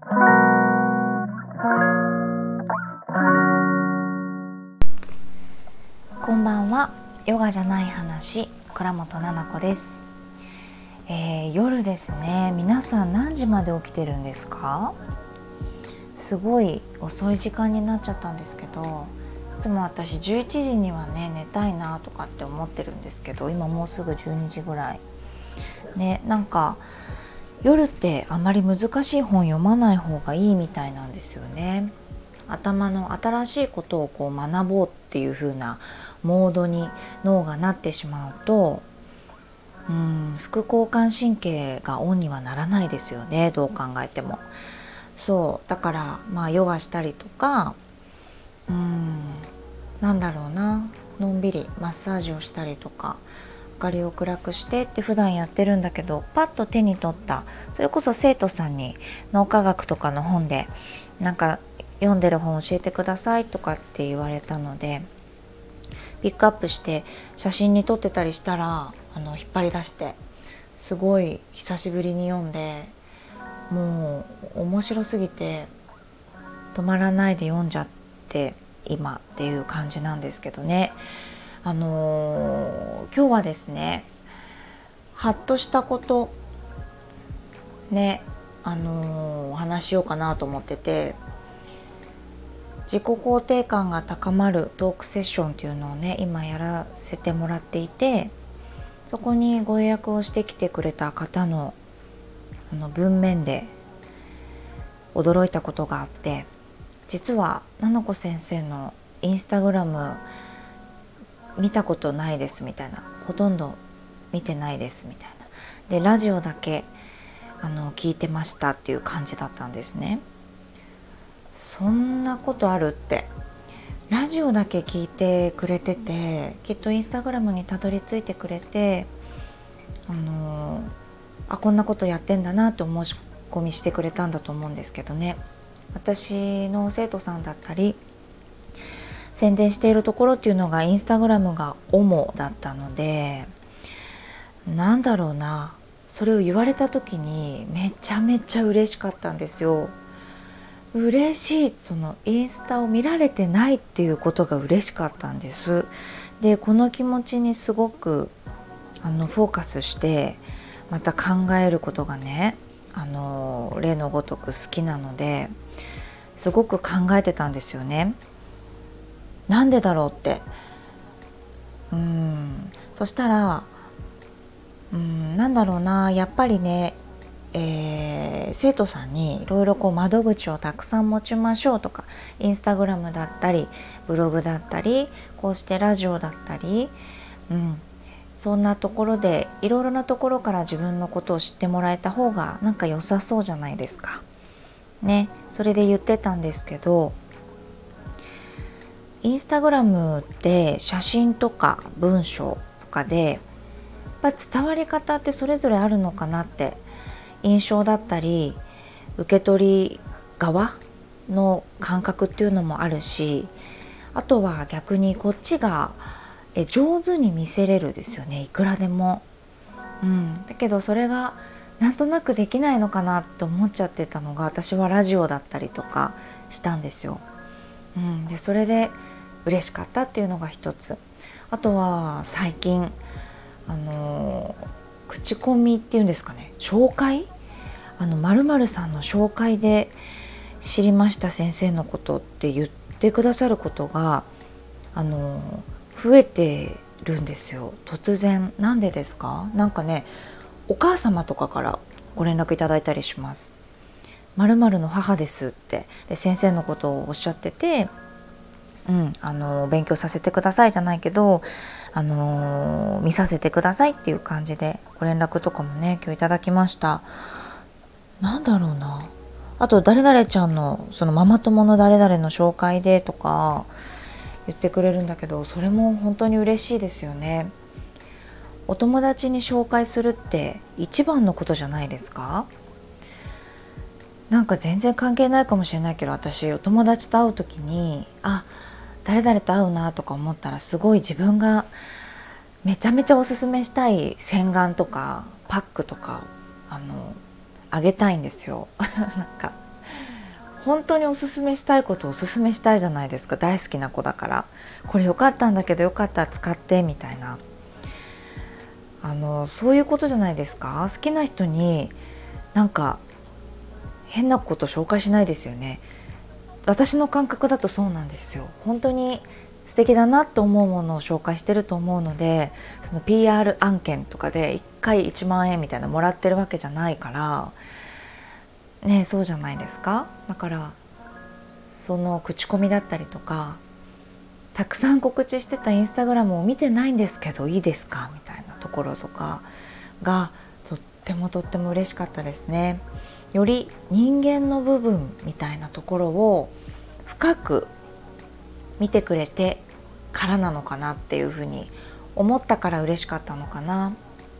こんばんは。ヨガじゃない話、倉本奈々子です。夜ですね。皆さん何時まで起きてるんですか？すごい遅い時間になっちゃったんですけど、いつも私11時にはね寝たいなとかって思ってるんですけど、今もうすぐ12時ぐらいね。なんか夜ってあまり難しい本読まない方がいいみたいなんですよね。頭の新しいことをこう学ぼうっていう風なモードに脳がなってしまうと、副交感神経がオンにはならないですよね、どう考えても。そうだからヨガしたりとか、なんだろうな、のんびりマッサージをしたりとか、明かりを暗くしてって普段やってるんだけど、パッと手に取った、それこそ生徒さんに脳科学とかの本でなんか読んでる本教えてくださいとかって言われたので、ピックアップして写真に撮ってたりしたら、引っ張り出してすごい久しぶりに読んで、もう面白すぎて止まらないで読んじゃって今っていう感じなんですけどね。今日はですね、ハッとしたことね、お話ししようかなと思ってて、自己肯定感が高まるトークセッションっていうのをね今やらせてもらっていて、そこにご予約をしてきてくれた方の文面で驚いたことがあって、実はななこ先生のインスタグラム見たことないですみたいな、ほとんど見てないですみたいな、でラジオだけ聞いてましたっていう感じだったんですね。そんなことあるって、ラジオだけ聞いてくれてて、きっとインスタグラムにたどり着いてくれて、こんなことやってんだなってお申し込みしてくれたんだと思うんですけどね。私の生徒さんだったり宣伝しているところっていうのがインスタグラムが主だったので、なんだろうな、それを言われた時にめちゃめちゃ嬉しかったんですよ。嬉しい、そのインスタを見られてないっていうことが嬉しかったんです。でこの気持ちにすごくフォーカスしてまた考えることがね、例のごとく好きなので、すごく考えてたんですよね。なんでだろうって。そしたらなんだろうな、やっぱりね、生徒さんにいろいろ窓口をたくさん持ちましょうとか、インスタグラムだったりブログだったりこうしてラジオだったり、そんなところでいろいろなところから自分のことを知ってもらえた方がなんか良さそうじゃないですかね。それで言ってたんですけど、インスタグラムって写真とか文章とかでやっぱ伝わり方ってそれぞれあるのかなって、印象だったり受け取り側の感覚っていうのもあるし、あとは逆にこっちが上手に見せれるですよね、いくらでも。だけどそれがなんとなくできないのかなって思っちゃってたのが、私はラジオだったりとかしたんですよ。でそれで嬉しかったっていうのが一つ。あとは最近口コミっていうんですかね、紹介、〇〇さんの紹介で知りました先生のことって言ってくださることが増えてるんですよ、突然。なんでですか？なんかね、お母様とかからご連絡いただいたりします。〇〇の母ですって、で先生のことをおっしゃってて、勉強させてくださいじゃないけど、見させてくださいっていう感じでご連絡とかもね今日いただきました。なんだろうな、あと誰々ちゃんのそのママ友の誰々の紹介でとか言ってくれるんだけど、それも本当に嬉しいですよね。お友達に紹介するって一番のことじゃないですか？なんか全然関係ないかもしれないけど、私お友達と会う時に誰々と会うなとか思ったら、すごい自分がめちゃめちゃおすすめしたい洗顔とかパックとかあげたいんですよなんか本当におすすめしたいことをおすすめしたいじゃないですか。大好きな子だから、これ良かったんだけどよかったら使ってみたいな、そういうことじゃないですか。好きな人になんか変なこと紹介しないですよね。私の感覚だとそうなんですよ。本当に素敵だなと思うものを紹介してると思うので、その PR 案件とかで1回1万円みたいなもらってるわけじゃないからね。そうじゃないですか。だからその口コミだったりとか、たくさん告知してたインスタグラムを見てないんですけどいいですかみたいなところとかがとっても嬉しかったですね。より人間の部分みたいなところを深く見てくれてからなのかなっていうふうに思ったから嬉しかったのかな。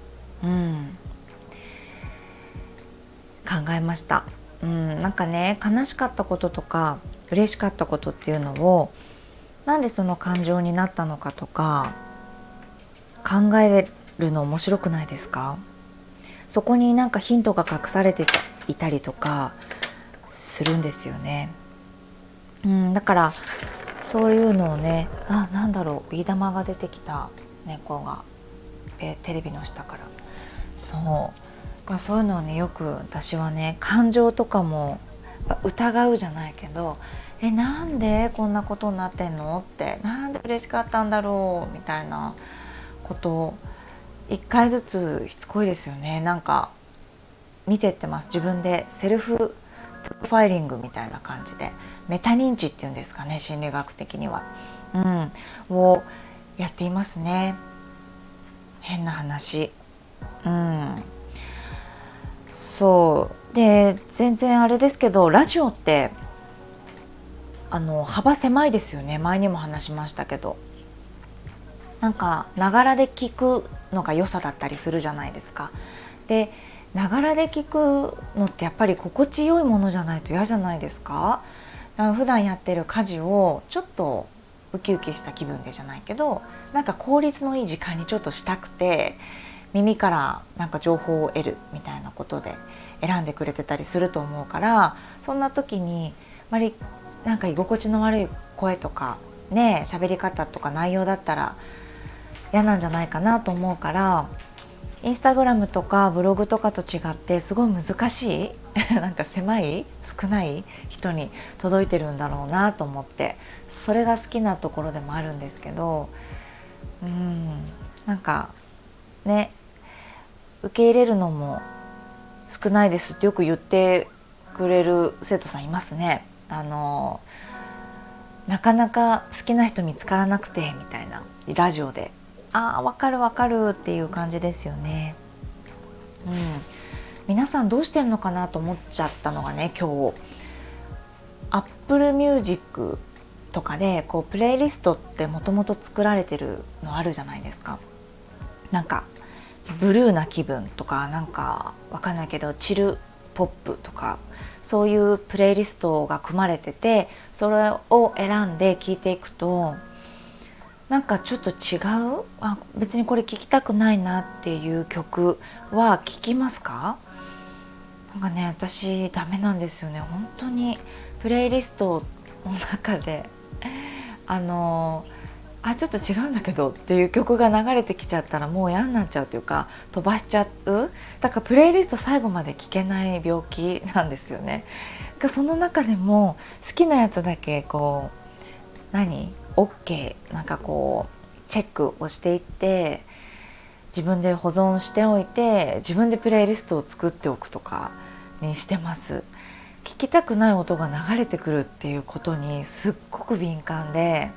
考えました。なんかね、悲しかったこととか嬉しかったことっていうのをなんでその感情になったのかとか考えるの面白くないですか？そこになんかヒントが隠されていたりとかするんですよね。だからそういうのをね、なんだろう、ビー玉が出てきた猫がテレビの下から、そういうのをね、よく私はね、感情とかも疑うじゃないけど、なんでこんなことになってんのって、なんで嬉しかったんだろうみたいなことを一回ずつしつこいですよね。なんか見てってます。自分でセルフプロファイリングみたいな感じで、メタ認知っていうんですかね、心理学的には、をやっていますね。変な話。そうで、全然あれですけど、ラジオって幅狭いですよね。前にも話しましたけど、なんかながらで聞くのが良さだったりするじゃないですか。で、ながらで聞くのってやっぱり心地よいものじゃないと嫌じゃないですか。普段やってる家事をちょっとウキウキした気分でじゃないけど、なんか効率のいい時間にちょっとしたくて、耳からなんか情報を得るみたいなことで選んでくれてたりすると思うから、そんな時にあまりなんか居心地の悪い声とかね、喋り方とか内容だったら嫌なんじゃないかなと思うから、インスタグラムとかブログとかと違ってすごい難しいなんか狭い少ない人に届いてるんだろうなと思って、それが好きなところでもあるんですけど、なんかね、受け入れるのも少ないですってよく言ってくれる生徒さんいますね。なかなか好きな人見つからなくてみたいな、ラジオでわかるわかるっていう感じですよね。皆さんどうしてるのかなと思っちゃったのがね、今日 Apple Music とかでこうプレイリストってもともと作られてるのあるじゃないですか。なんかブルーな気分とか、なんかわかんないけどチルポップとか、そういうプレイリストが組まれてて、それを選んで聴いていくとなんかちょっと違う、別にこれ聴きたくないなっていう曲は聴きますか？なんかね、私ダメなんですよね。本当にプレイリストの中でちょっと違うんだけどっていう曲が流れてきちゃったらもう嫌になっちゃうというか、飛ばしちゃう。だからプレイリスト最後まで聴けない病気なんですよね。その中でも好きなやつだけこうOK、 なんかこうチェックをしていって、自分で保存しておいて、自分でプレイリストを作っておくとかにしてます。聞きたくない音が流れてくるっていうことにすっごく敏感で、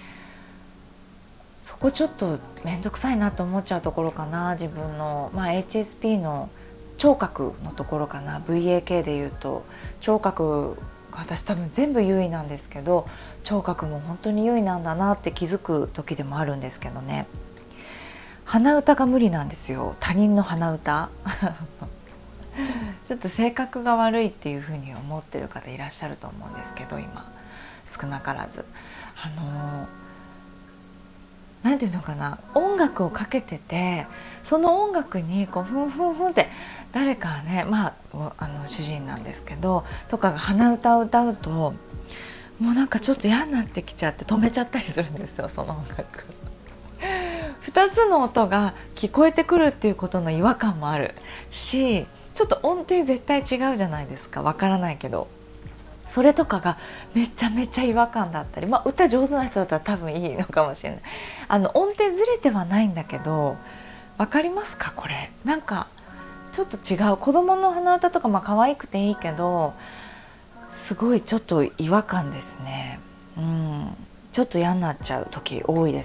そこちょっとめんどくさいなと思っちゃうところかな。自分の、HSP の聴覚のところかな。 VAK でいうと聴覚、私多分全部優位なんですけど、聴覚も本当に優位なんだなって気づく時でもあるんですけどね。鼻歌が無理なんですよ。他人の鼻歌ちょっと性格が悪いっていうふうに思ってる方いらっしゃると思うんですけど、今少なからずなんていうのかな、音楽をかけてて、その音楽にこうふんふんふんって誰かね、主人なんですけどとかが鼻歌を歌うと、もうなんかちょっと嫌になってきちゃって止めちゃったりするんですよ、その音楽。2つの音が聞こえてくるっていうことの違和感もあるし、ちょっと音程絶対違うじゃないですか、わからないけど、それとかがめちゃめちゃ違和感だったり、歌上手な人だったら多分いいのかもしれない。音程ずれてはないんだけど、わかりますかこれ。なんかちょっと違う。子供の鼻歌とか可愛くていいけど、すごいちょっと違和感ですね。ちょっと嫌になっちゃう時多いです。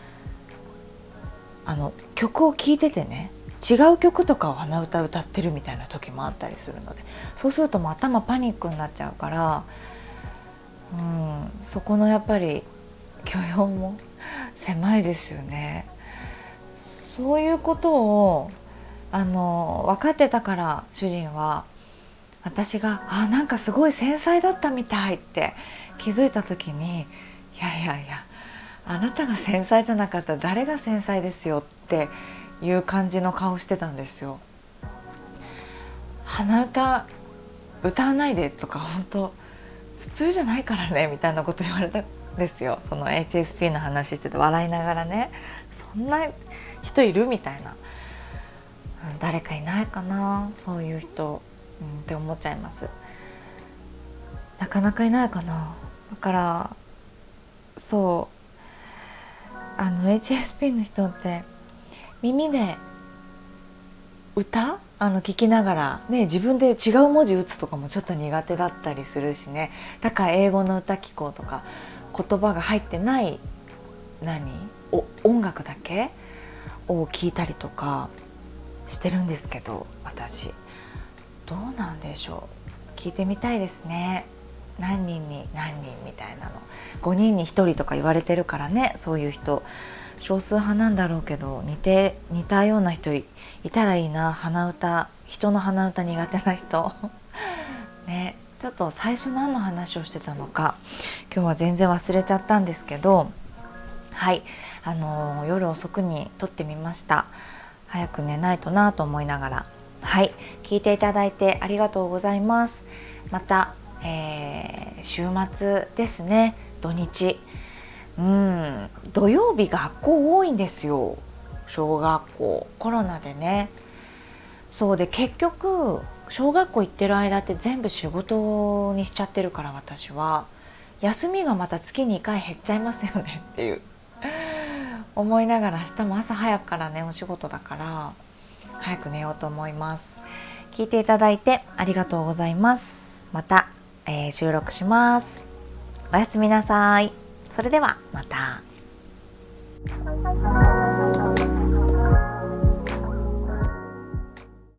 曲を聴いててね、違う曲とかを鼻歌歌ってるみたいな時もあったりするので、そうするともう頭パニックになっちゃうから、そこのやっぱり許容も狭いですよね。そういうことを分かってたから、主人は私がなんかすごい繊細だったみたいって気づいた時に、いやあなたが繊細じゃなかったら誰が繊細ですよっていう感じの顔してたんですよ。鼻歌歌わないでとか本当普通じゃないからねみたいなこと言われたんですよ。その HSP の話してて笑いながらね、そんな人いるみたいな、誰かいないかなそういう人、って思っちゃいます。なかなかいないかな。だからHSP の人って耳で歌聞きながら、ね、自分で違う文字打つとかもちょっと苦手だったりするしね。だから英語の歌聞こうとか、言葉が入ってない音楽だけを聞いたりとかしてるんですけど、私どうなんでしょう。聞いてみたいですね。何人に何人みたいなの、5人に1人とか言われてるからね。そういう人少数派なんだろうけど、似たような人いたらいいな。人の鼻歌苦手な人ね。ちょっと最初何の話をしてたのか今日は全然忘れちゃったんですけど、はい、夜遅くに撮ってみました。早く寝ないとなと思いながら、はい、聞いていただいてありがとうございます。また、週末ですね、土日、土曜日学校多いんですよ、小学校。コロナでね。そうで、結局小学校行ってる間って全部仕事にしちゃってるから、私は休みがまた月に2回減っちゃいますよねっていう思いながら、明日も朝早くからねお仕事だから早く寝ようと思います。聞いていただいてありがとうございます。また、収録します。おやすみなさい。それではまた。